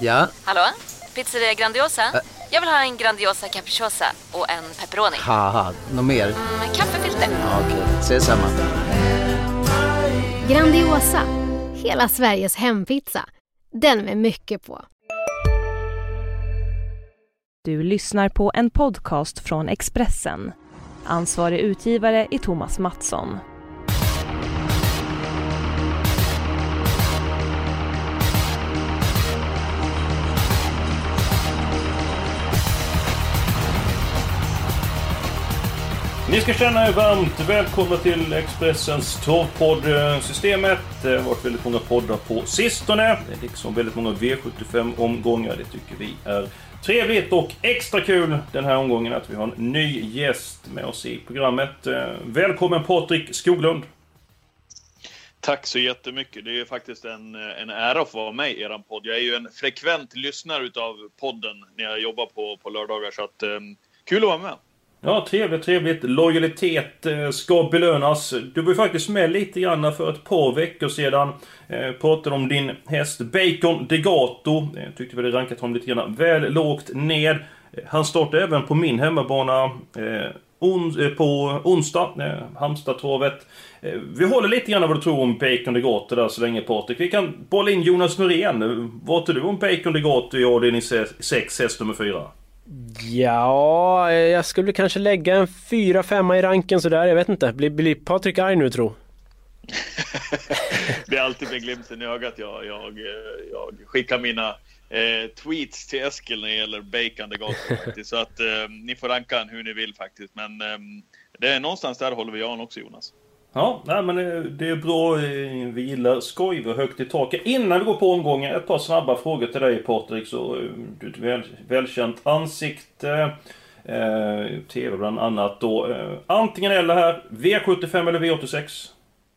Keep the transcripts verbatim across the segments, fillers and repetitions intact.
Ja? Hallå? Pizzeria Grandiosa? Ä- Jag vill ha en Grandiosa capriciosa och en pepperoni. Haha, något mer? Mm, kaffefilter. Ja, okej, okay. Ses samma. Grandiosa, hela Sveriges hempizza. Den med mycket på. Du lyssnar på en podcast från Expressen. Ansvarig utgivare är Thomas Mattsson. Ni ska känna er varmt välkomna till Expressens torrpodd-systemet. Det har varit väldigt många poddar på sistone. Det är liksom väldigt många V sjuttiofem-omgångar. Det tycker vi är trevligt och extra kul den här omgången att vi har en ny gäst med oss i programmet. Välkommen Patrik Skoglund. Tack så jättemycket. Det är faktiskt en, en ära att få vara med i er podd. Jag är ju en frekvent lyssnare utav podden när jag jobbar på, på lördagar. Så att, um, kul att vara med. Ja, trevligt, trevligt. Lojalitet eh, ska belönas. Du var ju faktiskt med lite grann för ett par veckor sedan. Eh, pratade om din häst Bacon Degato. Jag eh, tyckte vi hade rankat honom lite grann väl lågt ned. Eh, han startade även på min hemmabana eh, on, eh, på onsdag, eh, Halmstad-travet. Eh, vi håller lite grann vad du tror om Bacon Degato där så länge, Patrik. Vi kan bolla in Jonas Norén. Vad tror du om Bacon Degato i avdelning sex, häst nummer fyra? Ja, jag skulle kanske lägga en fyra femma i ranken sådär, jag vet inte. Blir, blir Patrik arg nu, tro? Det är alltid med glimten i ögat jag, jag, jag skickar mina eh, tweets till Eskil när det gäller Bacon Degato faktiskt. Så att eh, ni får ranka en hur ni vill faktiskt. Men eh, det är någonstans där håller vi an också, Jonas. Ja, nej, men det är bra. Vi gillar skoj, vi har högt i taket. Innan vi går på omgången, ett par snabba frågor till dig, Patrik. Så du är ett väl, välkänt ansikte. Eh, tv bland annat då. Eh, antingen eller här, V sjuttiofem eller V åttiosex?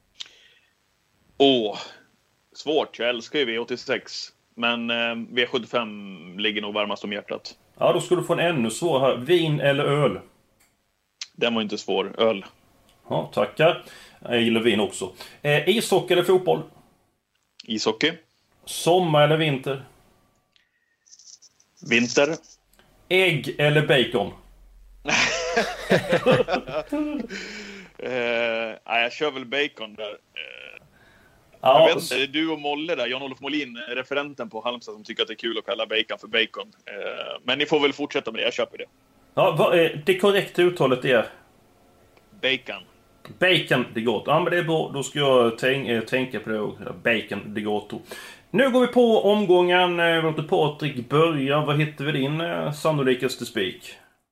Åh, svårt. Jag älskar ju V åttiosex. Men eh, V sjuttiofem ligger nog varmast om hjärtat. Ja, då ska du få en ännu svår här. Vin eller öl? Den var inte svår. Öl. Ja, tackar. Jag gillar vin också. Eh, ishockey eller fotboll? Ishockey. Sommar eller vinter? Vinter. Ägg eller bacon? eh, nej, jag kör väl bacon där. Eh, ja, jag vet inte, det är du och Molle där, Jan-Olof Molin, referenten på Halmstad, som tycker att det är kul att kalla bacon för bacon. Eh, men ni får väl fortsätta med det, jag köper det. Ja, vad är det korrekta uttalet är? Bacon. Bacon Degato. Ja, men det är bra. Då ska jag tänk, tänka på det. Bacon Degato. Nu går vi på omgången. Låter Patrik börja. Vad hittar vi din sannolikaste spik?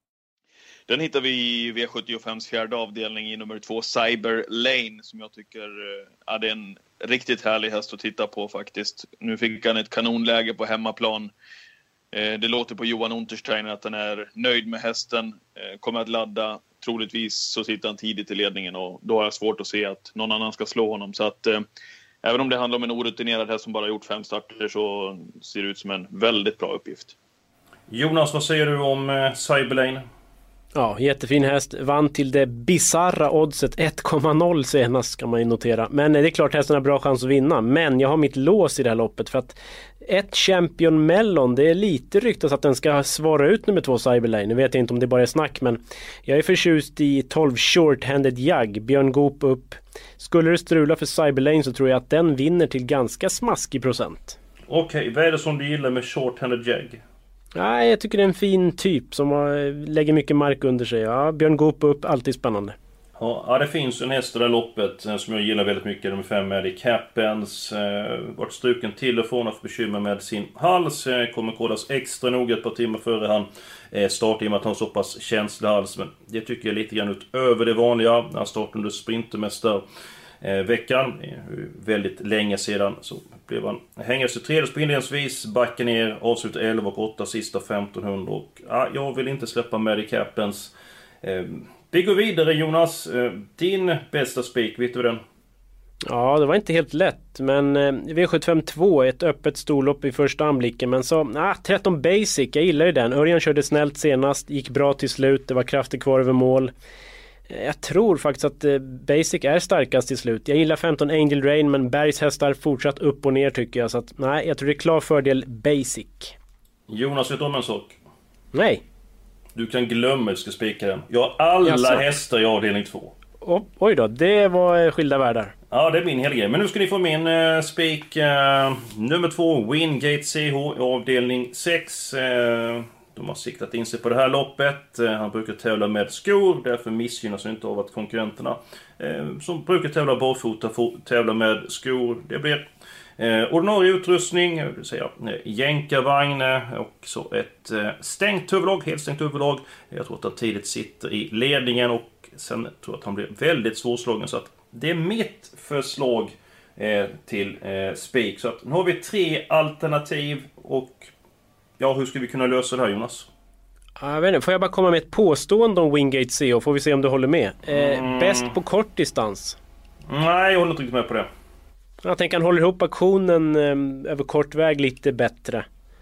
Den hittar vi i V sjuttiofems fjärde avdelning i nummer två, Cyber Lane, som jag tycker ja, det är en riktigt härlig häst att titta på faktiskt. Nu fick han ett kanonläge på hemmaplan. Det låter på Johan Untersteiner att han är nöjd med hästen, kommer att ladda. Troligtvis så sitter han tidigt i ledningen och då har jag svårt att se att någon annan ska slå honom. Så att eh, även om det handlar om en orutinerad häst som bara gjort fem starter så ser det ut som en väldigt bra uppgift. Jonas, vad säger du om eh, Cyberlane? Ja, jättefin häst. Vann till det bizarra oddset ett komma noll senast, ska man ju notera. Men det är klart hästen har bra chans att vinna. Men jag har mitt lås i det här loppet för att ett Champion Mellon, det är lite ryktas att den ska svara ut nummer två Cyberlane. Nu vet jag inte om det bara är snack, men jag är förtjust i tolv Short-Handed Jag, Björn Goop upp. Skulle det strula för Cyberlane så tror jag att den vinner till ganska smaskig procent. Okej, okay, vad är det som du gillar med Short-Handed Jag? Nej, jag tycker det är en fin typ som har, lägger mycket mark under sig. Ja, Björn Goop upp, alltid spännande. Ja, det finns en häst i det här loppet som jag gillar väldigt mycket. Nummer fem är det Capens. Eh, vart struken till och från att få bekymmer med sin hals. Eh, kommer kollas extra noga ett par timmar före han eh, startar i och med att han har så pass känslig hals. Men det tycker jag är lite grann utöver det vanliga. Han startade under Sprintermästar eh, veckan. Eh, väldigt länge sedan så blev han hänga sig tredje på inledningsvis. Backa ner, avsluta elva och åtta sista femtonhundra. Och ja, jag vill inte släppa med i Capens. Eh, Vi går vidare, Jonas. Din bästa spik, vet du den? Ja, det var inte helt lätt. Men V sjuttiofem två är ett öppet storlopp i första anblicken. Men så, ah, tretton Basic, jag gillar ju den. Örjan körde snällt senast, gick bra till slut. Det var krafter kvar över mål. Jag tror faktiskt att eh, Basic är starkast till slut. Jag gillar femton Angel Rain, men Bergs hästar fortsatt upp och ner tycker jag. Så att, nej, jag tror det är klar fördel Basic. Jonas, vet du om en sak? Nej. Du kan glömma att du ska spika den. Jag har alla Jaså. hästar i avdelning två. Oh, oj då, det var skilda världar. Ja, det är min hela grej. Men nu ska ni få min uh, spik. Uh, nummer två, Wingate C H i avdelning sex. Uh, de har siktat in sig på det här loppet. Uh, han brukar tävla med skor. Därför missgynnas han inte av att konkurrenterna uh, som brukar tävla barfota får tävla med skor. Det blir uh, ordinarie utrustning, det vill säga uh, jänkarvagn och så ett uh, stängt huvudlag, helt stängt huvudlag. Jag tror att han tidigt sitter i ledningen och sen tror jag att han blir väldigt svårslagen, så att det är mitt förslag eh, till eh, spik. Så att nu har vi tre alternativ och ja, hur ska vi kunna lösa det här, Jonas? Jag vet inte, får jag bara komma med ett påstående om Wingate C H, får vi se om du håller med. Eh, Mm. Bäst på kort distans. Nej, jag håller inte riktigt med på det. Jag tänker han håller ihop aktionen eh, över kort väg lite bättre.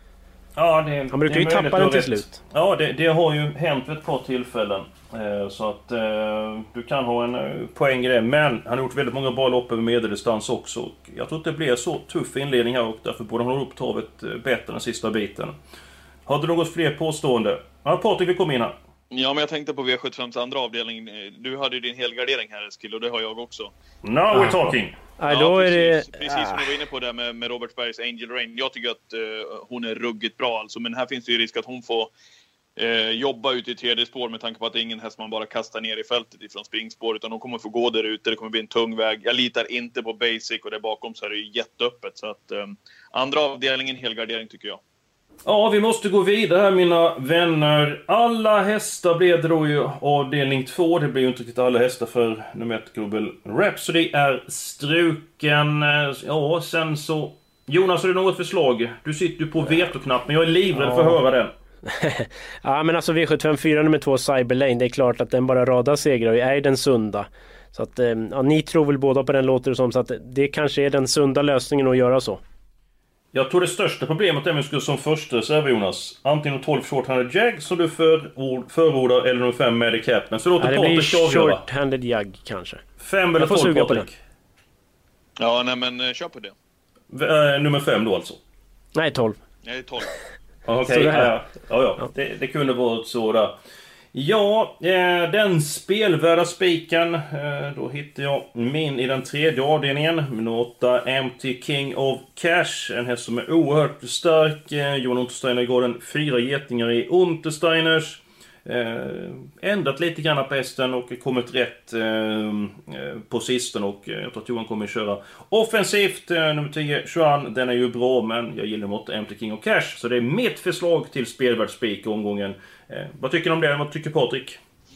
Ja, det, Han brukar det är ju tappa möjligt, den du har till rätt. slut. Ja, det, det har ju hänt vid ett par tillfällen. Eh, så att eh, du kan ha en eh, poäng i det. Men han har gjort väldigt många bra lopp över medeldistans också. Och jag tror att det blir så tuff inledning här och därför borde han hålla upp travet eh, bättre den sista biten. Har du något fler påstående? Ja, Patrik, vi kommer in här. Ja, men jag tänkte på V sjuttiofems andra avdelning. Du hade ju din helgardering här, Eskil, och det har jag också. Now we're talking! Nej, då är det... precis, precis som du var inne på där med, med Robert Bergs Angel Rain. Jag tycker att uh, hon är ruggigt bra alltså, men här finns det ju risk att hon får uh, jobba ut i tredje spår med tanke på att det är ingen häst man bara kastar ner i fältet ifrån springspår, utan de kommer få gå där ute. Det kommer bli en tung väg. Jag litar inte på Basic och där bakom så är det ju jätteöppet, så att um, andra avdelningen helgardering tycker jag. Ja, vi måste gå vidare här, mina vänner. Alla hästar blev det då ju avdelning två. Det blir ju inte riktigt alla hästar för nummer ett Global Rhapsody är struken. Ja, sen så... Jonas, har du något förslag? Du sitter ju på vetoknappen. Jag är livrädd Ja. för att höra den. Ja, men alltså V sjuttiofem fyra nummer två Cyberlane, det är klart att den bara radar segrar och är den sunda. Så att, ja, ni tror väl båda på den, låter det som, så att det kanske är den sunda lösningen att göra så. Jag tror det största problemet är att vi skulle som första reserv, Jonas. Antingen tolv short-handed jag som du förord, förordar eller nummer fem med Captain. Så låter Ja, det blir Patrik avgöra. short-handed jag kanske. Fem eller Jag får tolv, suga på Patrik? Ja, nej men uh, kör på det. V- äh, nummer fem då alltså? Nej, tolv. Jag är tolv. Ja, okej. Så det här- Ja, ja, ja. Ja. Det, det kunde varit så där. Ja, eh, den spelvärda spiken. Eh, då hittar jag min i den tredje avdelningen. Nummer åtta, Empty King of Cash. En häst som är oerhört stark. Eh, Johan Untersteiner går den fyra getingar i Untersteiners. Eh, ändrat lite grann på hästen och kommit rätt eh, på sisten, och eh, jag tror att Johan kommer att köra offensivt. Eh, nummer tio, Juan, den är ju bra, men jag gillar mot Empty King of Cash, så det är mitt förslag till spelvärd spik i omgången. Eh, vad tycker ni om det? Vad tycker Patrik?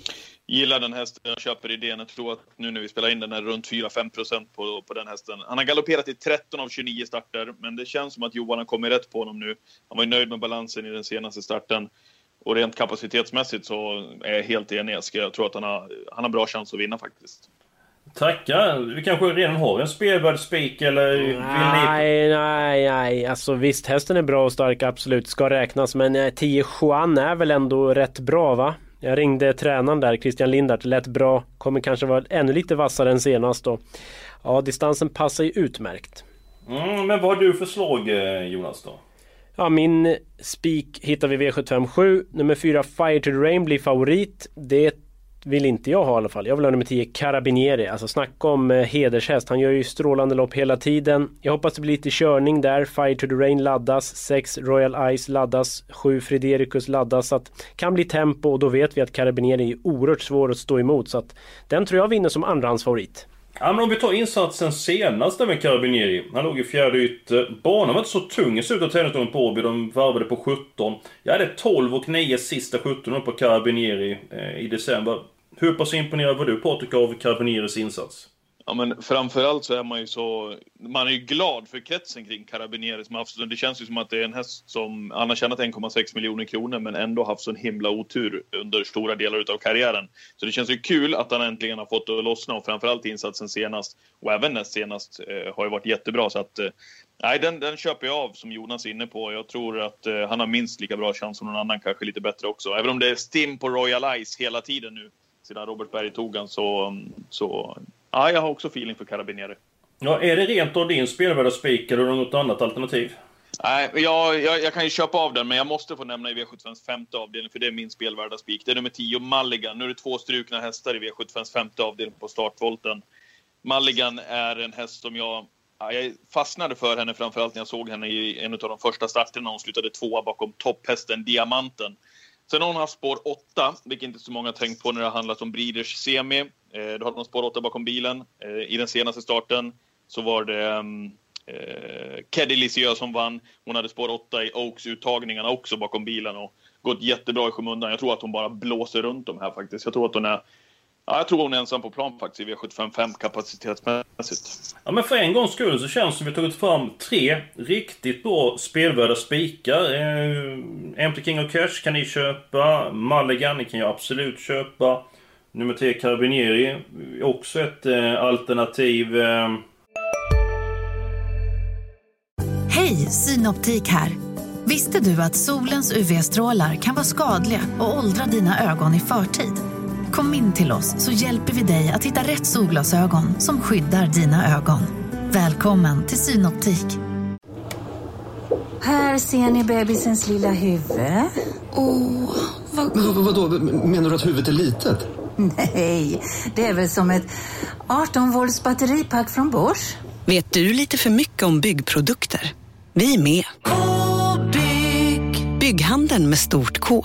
Gillar den hästen, jag köper idén. Jag tror att nu när vi spelar in den är runt fyra till fem procent på, på den hästen. Han har galopperat i tretton av tjugonio starter, men det känns som att Johan har kommit rätt på honom nu. Han var ju nöjd med balansen i den senaste starten. Och rent kapacitetsmässigt så är jag helt enig. Jag tror att han har, han har bra chans att vinna faktiskt. Tackar. Vi kanske redan har en spelvärd spik, eller vill ni... Nej, nej, nej. Alltså visst, hästen är bra och stark, absolut, ska räknas. Men eh, tio Juan är väl ändå rätt bra, va? Jag ringde tränaren där, Christian Lindart, lätt bra. Kommer kanske vara ännu lite vassare än senast då. Ja, distansen passar ju utmärkt. Mm, men vad har du för slag, Jonas, då? Ja, min spik hittar vi V sjuttiofem sju. Nummer fyra Fire to the Rain blir favorit. Det vill inte jag ha i alla fall. Jag vill ha nummer tio Carabinieri. Alltså snacka om eh, hedershäst. Han gör ju strålande lopp hela tiden. Jag hoppas det blir lite körning där. Fire to the Rain laddas. sex Royal Ice laddas. sju Fredericus laddas. Så att kan bli tempo, och då vet vi att Carabinieri är oerhört svår att stå emot. Så att den tror jag vinner som andrahandsfavorit. Ja, men om vi tar insatsen senast där med Carabinieri. Han låg i fjärde ytter. Banan var inte så tung i slutet av tävlingen på Åby. De varvade på sjutton. Jag hade tolv och nio sista sjutton på Carabinieri eh, i december. Hur pass imponerad var du, Patrik, av Carabinieris insats? Ja, men framförallt så är man ju så... Man är ju glad för kretsen kring Carabinieri som haft... Det känns ju som att det är en häst som... Han har tjänat en komma sex miljoner kronor men ändå haft sån himla otur under stora delar av karriären. Så det känns ju kul att han äntligen har fått det att lossna, och framförallt insatsen senast och även näst senast eh, har ju varit jättebra. Så att... Eh, nej, den, den köper jag av som Jonas är inne på. Jag tror att eh, han har minst lika bra chans som någon annan, kanske lite bättre också. Även om det är stim på Royal Ice hela tiden nu. sedan Robert Berg tog han, så, så ja, jag har också feeling för Carabinieri. Ja, är det rent av din spelvärda spik eller något annat alternativ? Nej, jag, jag, jag kan ju köpa av den, men jag måste få nämna i V sjuttiofems femte avdelning, för det är min spelvärda spik. Det är nummer tio, Mulligan. Nu är det två strukna hästar i V sjuttiofems femte avdelning på startvolten. Mulligan är en häst som jag, ja, jag fastnade för henne framförallt när jag såg henne i en av de första starterna. Hon slutade tvåa bakom topphästen Diamanten. Sen har hon haft spår åtta, vilket inte så många har tänkt på när det har handlat om Breeders Semi. Eh, då hade hon spår åtta bakom bilen. Eh, I den senaste starten så var det um, eh, Keddy Lisieux som vann. Hon hade spår åtta i Oaks-uttagningarna också bakom bilen och gått jättebra i skymundan. Jag tror att hon bara blåser runt dem här faktiskt. Jag tror att hon är, ja, jag tror hon är ensam på plan faktiskt i V sjuttiofem fem kapacitetsmässigt. Ja, men för en gångs skull så känns det som vi tagit fram tre riktigt bra spelvärda spikar. Eh, Empty King of Cash kan ni köpa. Mulligan kan jag absolut köpa. Nummer tre Carabinieri också ett eh, alternativ. Eh. Hej, Synoptik här. Visste du att solens U V-strålar kan vara skadliga och åldra dina ögon i förtid? Kom in till oss så hjälper vi dig att hitta rätt solglasögon som skyddar dina ögon. Välkommen till Synoptik. Här ser ni bebisens lilla huvud. Åh, vad... Men vadå, menar du att huvudet är litet? Nej, det är väl som ett arton volts batteripack från Bosch. Vet du lite för mycket om byggprodukter? Vi är med. K-bygg. Bygghandeln med stort K.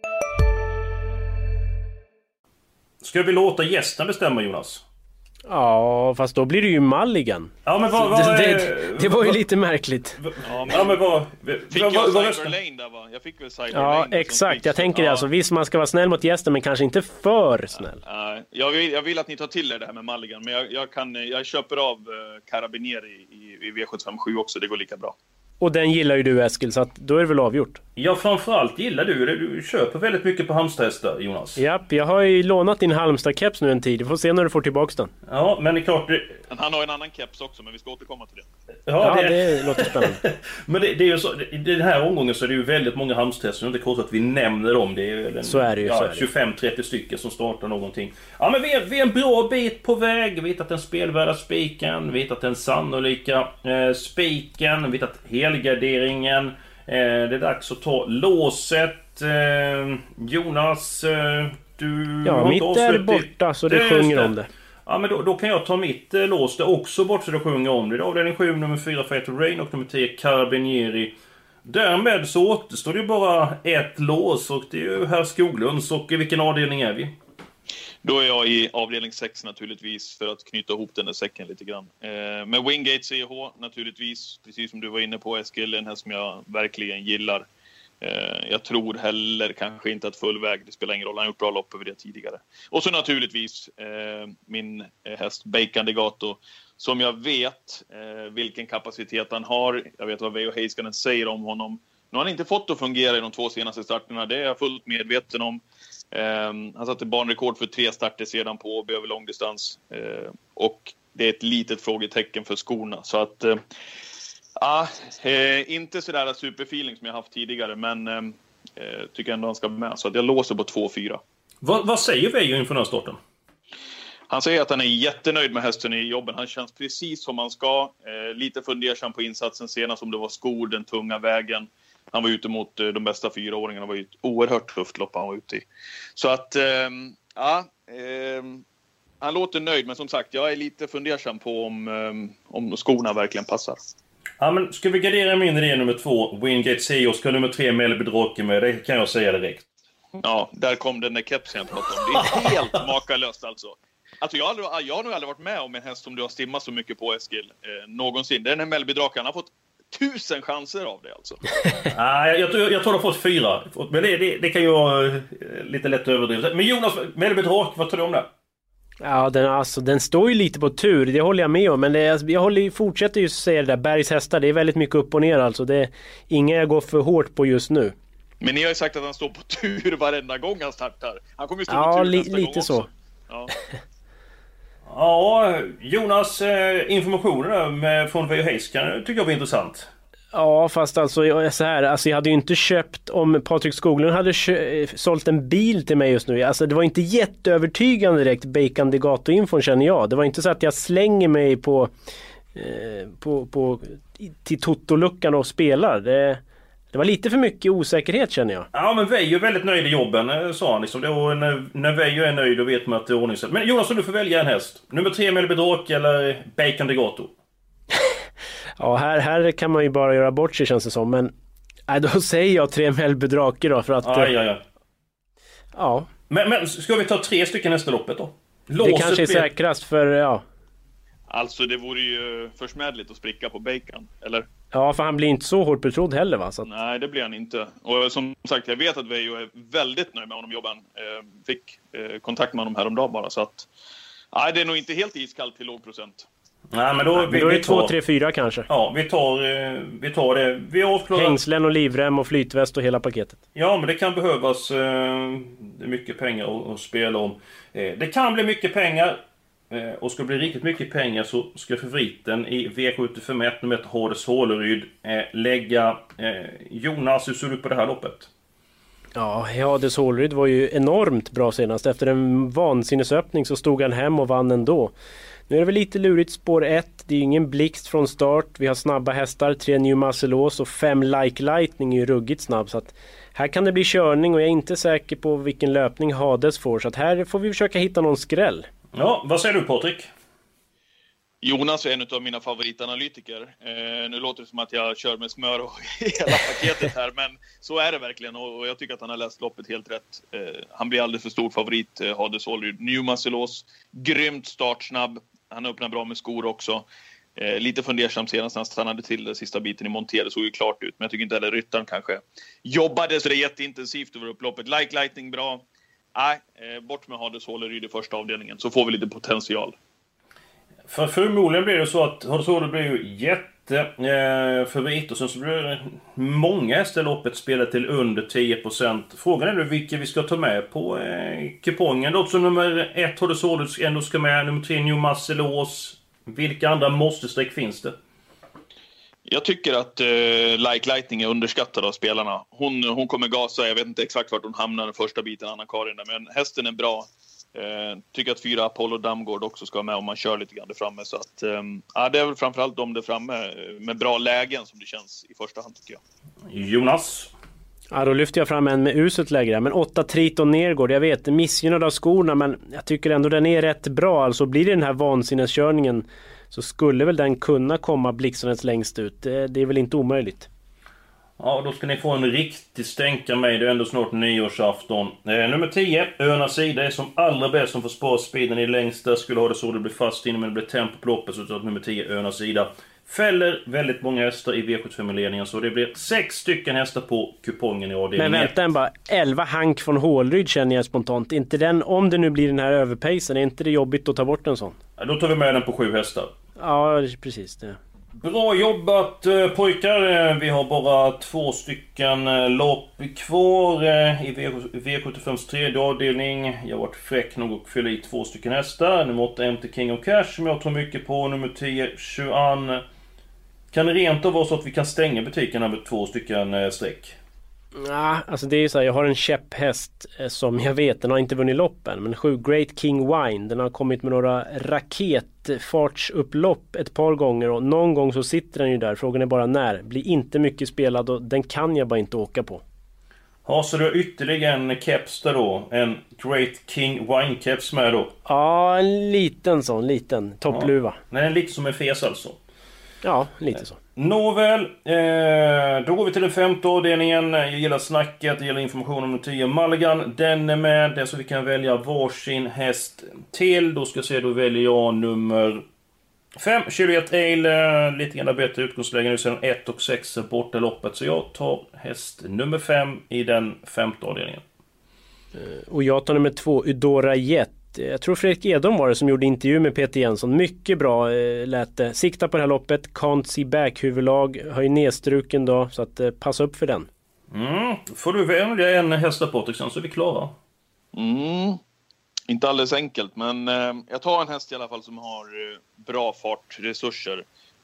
Ska vi låta gästen bestämma, Jonas? Ja, fast då blir det ju Mulligan. Ja, men vad... vad det, det, det var ju lite märkligt. Ja, men, ja, men vad... Fick jag vad, vad Cyber Lane där, va? Jag fick väl Cyber Ja, Lane exakt. Jag tänker ja. det. Alltså, visst, man ska vara snäll mot gästen, men kanske inte för snäll. Ja, jag, vill, jag vill att ni tar till er det här med Mulligan. Men jag, jag, kan, jag köper av uh, Carabinieri i, i V sjuttiofem sju också. Det går lika bra. Och den gillar ju du, Eskil, så att då är det väl avgjort. Ja, framförallt gillar du det. Du köper väldigt mycket på Halmstad-hästar, Jonas. Japp, jag har ju lånat din Halmstad-keps nu en tid. Vi får se när du får tillbaka den. Ja, men det är klart... Det... Han har en annan keps också, men vi ska återkomma till det. Ja, ja det... det låter spännande. Men det, det är ju så... I den här omgången så är det ju väldigt många Halmstad-hästar. Det är inte konstigt att vi nämner dem. Det är en, så är det ju. Ja, tjugofem trettio stycken som startar någonting. Ja, men vi är, vi är en bra bit på väg. Vi vet att den spelvärda spiken. Vi vet att den sannolika eh, spiken. Vi vet att helgarderingen. Eh, det är dags att ta låset. Eh, Jonas, eh, du... Ja, mitt är borta så det, det sjunger om det. Ja, men då, då kan jag ta mitt eh, lås. Det också bort så det sjunger om det. Då är det sju, nummer fyra Fighter Rain och nummer tio Carabinieri. Därmed så återstår det bara ett lås och det är ju herr Skoglunds. Och i vilken avdelning är vi? Då är jag i avdelning sex naturligtvis, för att knyta ihop den där säcken lite grann. Eh, med Wingate C H naturligtvis, precis som du var inne på, Eskil, en här som jag verkligen gillar. Eh, jag tror heller kanske inte att fullväg, det spelar ingen roll, han har gjort bra lopp över det tidigare. Och så naturligtvis eh, min häst Bacon Degato, som jag vet eh, vilken kapacitet han har. Jag vet vad Veijo Heiskanen säger om honom. Nu har han inte fått att fungera i de två senaste starterna, det är jag fullt medveten om. Um, han satte banrekord för tre starter sedan på Åby över långdistans. Uh, och det är ett litet frågetecken för skorna. Så att, uh, uh, inte sådär superfeeling som jag haft tidigare. Men uh, tycker ändå han ska med. Så att jag låser på två fyra. Vad, vad säger Veijo inför den här starten? Han säger att han är jättenöjd med hästen i jobben. Han känns precis som han ska. Uh, lite fundersam på insatsen senast, om det var skor, den tunga vägen. Han var ute mot de bästa fyraåringarna. Det var ju ett oerhört tufft lopp han var ute i. Så att, eh, ja, eh, han låter nöjd. Men som sagt, jag är lite fundersam på om, eh, om skorna verkligen passar. Ja, men ska vi gardera min idé nummer två, Wingate C, och ska nummer tre Melby Droke med? Det kan jag säga direkt. Ja, där kom den där kepsen jag pratade om. Det är helt makalöst alltså. Alltså jag har, aldrig, jag har nog aldrig varit med om en häst som du har stimmat så mycket på, Eskil. Eh, någonsin. Det är den här Melby Droke. Han har fått tusen chanser av det alltså. Nej, jag, jag, jag tror du har fått fyra. Men det, det, det kan ju vara lite lätt överdrivet. Men Jonas, Melby Droke, vad tror du om det? Ja, den, alltså, den står ju lite på tur, det håller jag med om. Men det, jag håller, fortsätter ju säga det där, Bergs hästar, det är väldigt mycket upp och ner alltså. Det är inga jag går för hårt på just nu. Men ni har ju sagt att han står på tur varenda gång han startar. Han kommer ju stå ja, på tur li- nästa lite gång så. också. Ja. Ja, Jonas, eh, informationen med, från Veijo Heiskanen tycker jag var intressant. Ja, fast alltså så här, alltså jag hade ju inte köpt, om Patrik Skoglund hade kö- sålt en bil till mig just nu, alltså det var inte jätteövertygande direkt Bacon de Gato-infon, känner jag. Det var inte så att jag slänger mig på, eh, på, på till Toto-luckan och spelar. Det, det var lite för mycket osäkerhet, känner jag. Ja, men Veijo är väldigt nöjd i jobben, sa han liksom. Då, när, när Veijo är nöjd, då vet man att det är ordningssätt. Men Jonas, du får välja en häst. Nummer tre, Melby Drake eller Bacon de Gato? Ja, här, här kan man ju bara göra bort sig, känns det som. Men nej, då säger jag tre Melby Drake då, för att... Aj, aj, aj. Ja. Men, men ska vi ta tre stycken nästa loppet då? Låset det kanske är blir... säkrast för, ja... Alltså det vore ju försmädligt att spricka på Bacon, eller? Ja, för han blir inte så hårt betrodd heller, va? Så att... Nej, det blir han inte. Och som sagt, jag vet att Veijo är väldigt nöjd med honom, jobben. Eh, fick eh, kontakt med honom häromdagen bara, så att... Nej, det är nog inte helt iskallt till låg procent. Nej, men då, Nej, vi, då är det vi tar, två, tre, fyra kanske. Ja, vi tar, vi tar det. Vi avklarar... Hängslen och livrem och flytväst och hela paketet. Ja, men det kan behövas. Det är mycket pengar att, att spela om. Det kan bli mycket pengar. Och ska det bli riktigt mycket pengar så ska favoriten i V sjuttiofem ett nummer ett Hades Håleryd lägga Jonas. Hur ser du på det här loppet? Ja, Hades Håleryd var ju enormt bra senast. Efter en vansinnesöppning så stod han hem och vann ändå. Nu är det väl lite lurigt spår ett. Det är ju ingen blixt från start. Vi har snabba hästar, tre New Muscle och fem Like Lightning är ju ruggigt snabb. Så att här kan det bli körning och jag är inte säker på vilken löpning Hades får. Så att här får vi försöka hitta någon skräll. Ja, vad säger du, Patrik? Jonas är en av mina favoritanalytiker. Eh, nu låter det som att jag kör med smör och hela paketet här, men så är det verkligen. Och, och jag tycker att han har läst loppet helt rätt. Eh, han blir alldeles för stor favorit, eh, Hades Håleryd. New Muscle, grymt startsnabb. Han öppnar bra med skor också. Eh, lite fundersam senast när han stannade till den sista biten i Monté. Det såg ju klart ut, men jag tycker inte heller ryttaren kanske jobbade så det är jätteintensivt över upploppet. Like Lightning bra. Nej, eh, bort med Hades Håleryd i första avdelningen, så får vi lite potential. För förmodligen blir det så att Hades Håleryd blir ju jätte eh, favorit, och sen så blir det många hästar i loppet spelat till under tio procent. Frågan är nu vilka vi ska ta med på eh, kupongen. Då som nummer ett Hades Håleryd ändå ska med, nummer tre New Muscle. Vilka andra måste-streck finns det? Jag tycker att eh, Like Lightning är underskattad av spelarna. Hon, hon kommer gasa, jag vet inte exakt vart hon hamnar den första biten, Anna-Karin, men hästen är bra. Eh, tycker att fyra Apollo Damgård också ska med om man kör lite grann där framme. Så att, eh, ja, det är väl framförallt de där framme med bra lägen som det känns i första hand, tycker jag. Jonas? Ja, då lyfter jag fram en med uselt läge. Men åtta Triton Nergård, jag vet, missgynnad av skorna, men jag tycker ändå den är rätt bra. Alltså blir det den här vansinneskörningen så skulle väl den kunna komma blixtandes längst ut. Det, det är väl inte omöjligt. Ja, då ska ni få en riktig stänka mig. Det är ändå snart nyårsafton. Eh, nummer tio, Öna Sida, är som allra bäst som får spara speeden i längsta. Skulle ha det så det blir fast innan, men det blir tempo på loppet. Så att nummer tio, Öna Sida, fäller väldigt många hästar i V sjuttiofem-ledningen. Så det blir sex stycken hästar på kupongen i avdelningen. Men vänta en bara, elva Hank från Håleryd känner jag spontant. Inte den, om det nu blir den här överpacen, är inte det jobbigt att ta bort en sån? Ja, då tar vi med den på sju hästar. Ja, precis det. Bra jobbat pojkar. Vi har bara två stycken lopp kvar i V sjuttiofems tredje avdelning. Jag har varit fräck nog och fylla i två stycken hästar. Nummer åtta M T King of Cash som jag tror mycket på. Nummer tio Chuan. Kan det rent av vara så att vi kan stänga butikerna med två stycken streck? Ja, alltså det är ju så här, jag har en käpphäst som jag vet, den har inte vunnit loppen, men sju Great King Wine, den har kommit med några raketfartsupplopp ett par gånger och någon gång så sitter den ju där, frågan är bara när. Blir inte mycket spelad och den kan jag bara inte åka på. Ja, så du har ytterligare en keps där då, en Great King Wine keps med då? Ja, en liten sån, liten toppluva. Ja, den är lite som en fes alltså? Ja, lite så. Nåväl, eh, då går vi till den femte avdelningen. Jag gillar snacket, jag gillar information om den tio Mulligan. Den är med, det så vi kan välja varsin häst till. Då ska jag se, då väljer jag nummer fem, Juliet Ale. Lite grann bättre utgångsläge nu sedan ett och sex borta loppet. Så jag tar häst nummer fem i den femte avdelningen. Och jag tar nummer två, Udora Jet. Jag tror Fredrik Edholm var det som gjorde intervju med Peter Jensson. Mycket bra eh, lät det. Sikta på det här loppet. Can't see back huvudlag. Har ju nedstruken då. Så att eh, passa upp för den. Mm. Får du välja en hästapotek sen så är vi klara. Mm. Inte alldeles enkelt. Men eh, jag tar en häst i alla fall som har eh, bra fartresurser.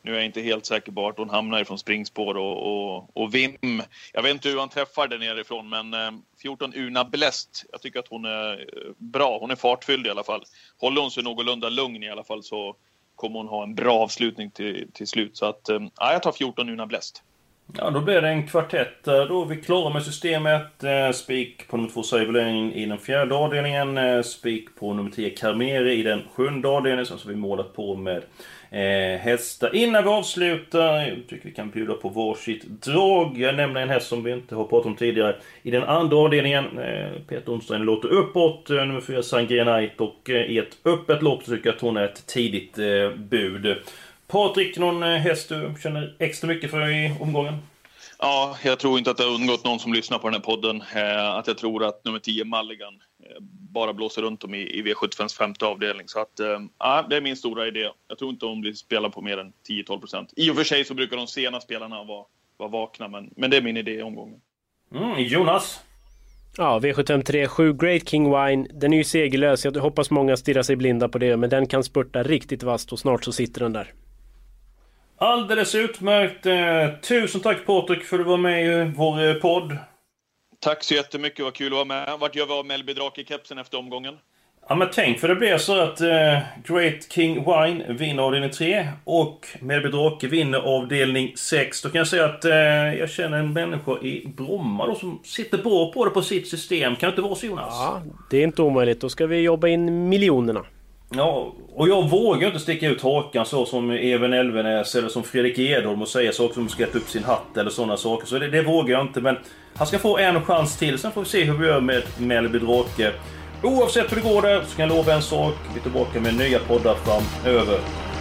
Nu är jag inte helt säker på att hon hamnar ifrån springspår och, och, och Vim. Jag vet inte hur han träffar den nerifrån, men eh, fjorton Una Blest. Jag tycker att hon är bra. Hon är fartfylld i alla fall. Håller hon sig någorlunda lugn i alla fall så kommer hon ha en bra avslutning till, till slut. Så att, eh, ja, jag tar fjorton Una Blest. Ja, då blir det en kvartett. Då är vi klara med systemet. Eh, spik på nummer två Cyber Lane i den fjärde avdelningen. Eh, spik på nummer tio Carmere i den sjunde avdelningen. Som vi målat på med eh, hästar. Innan vi avslutar, jag tycker vi kan bjuda på varsitt drag. Jag nämner en häst som vi inte har pratat om tidigare. I den andra avdelningen, eh, Peter Onsdagen låter uppåt. Eh, nummer fyra Sangria Knight. Och eh, i ett öppet lopp så tycker jag att hon är ett tidigt eh, bud. Patrik, någon häst du känner extra mycket för i omgången? Ja, jag tror inte att det har undgått någon som lyssnar på den här podden. Eh, att jag tror att nummer tio Mulligan eh, bara blåser runt om i, i V sjuttiofems femte avdelning. Så att, eh, det är min stora idé. Jag tror inte hon blir spelad på mer än tio till tolv procent. I och för sig så brukar de sena spelarna vara, vara vakna, men, men det är min idé i omgången. Mm, Jonas? Ja, V sjuttiofem tre sju Great King Wine. Den är ju segerlös. Jag hoppas många stirrar sig blinda på det. Men den kan spurta riktigt vast och snart så sitter den där. Alldeles utmärkt. Tusen tack Patrik för att du var med i vår podd. Tack så jättemycket, vad kul att vara med. Vart gör vi av Melby Drake-kepsen efter omgången? Ja, men tänk för det blir så att uh, Great King Wine vinner avdelning tre och Melby Drake vinner avdelning sex. Då kan jag säga att uh, jag känner en människa i Bromma då, som sitter bra på det på sitt system. Kan det inte vara så, Jonas? Ja, det är inte omöjligt. Då ska vi jobba in miljonerna. Ja, och jag vågar inte sticka ut hakan så som Even Elvenäs eller som Fredrik Edholm och säga saker som ska äta upp sin hatt eller sådana saker. Så det, det vågar jag inte, men han ska få en chans till. Sen får vi se hur vi gör med Melby Drake. Oavsett hur det går där så kan jag lova en sak. Vi är tillbaka med nya poddar framöver.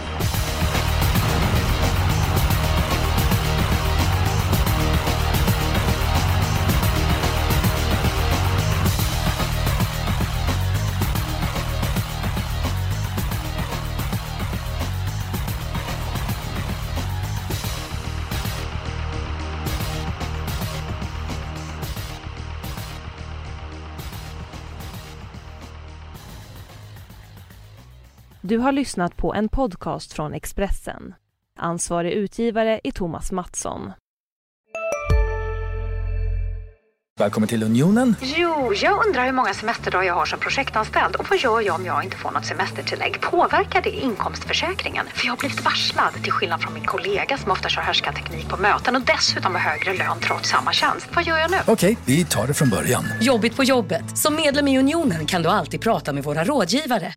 Du har lyssnat på en podcast från Expressen. Ansvarig utgivare är Thomas Mattsson. Välkommen till Unionen. Jo, jag undrar hur många semesterdagar jag har som projektanställd. Och vad gör jag om jag inte får något semestertillägg? Påverkar det inkomstförsäkringen? För jag har blivit varslad, till skillnad från min kollega som ofta kör härskarteknik på möten och dessutom har högre lön trots samma tjänst. Vad gör jag nu? Okej, vi tar det från början. Jobbigt på jobbet. Som medlem i Unionen kan du alltid prata med våra rådgivare.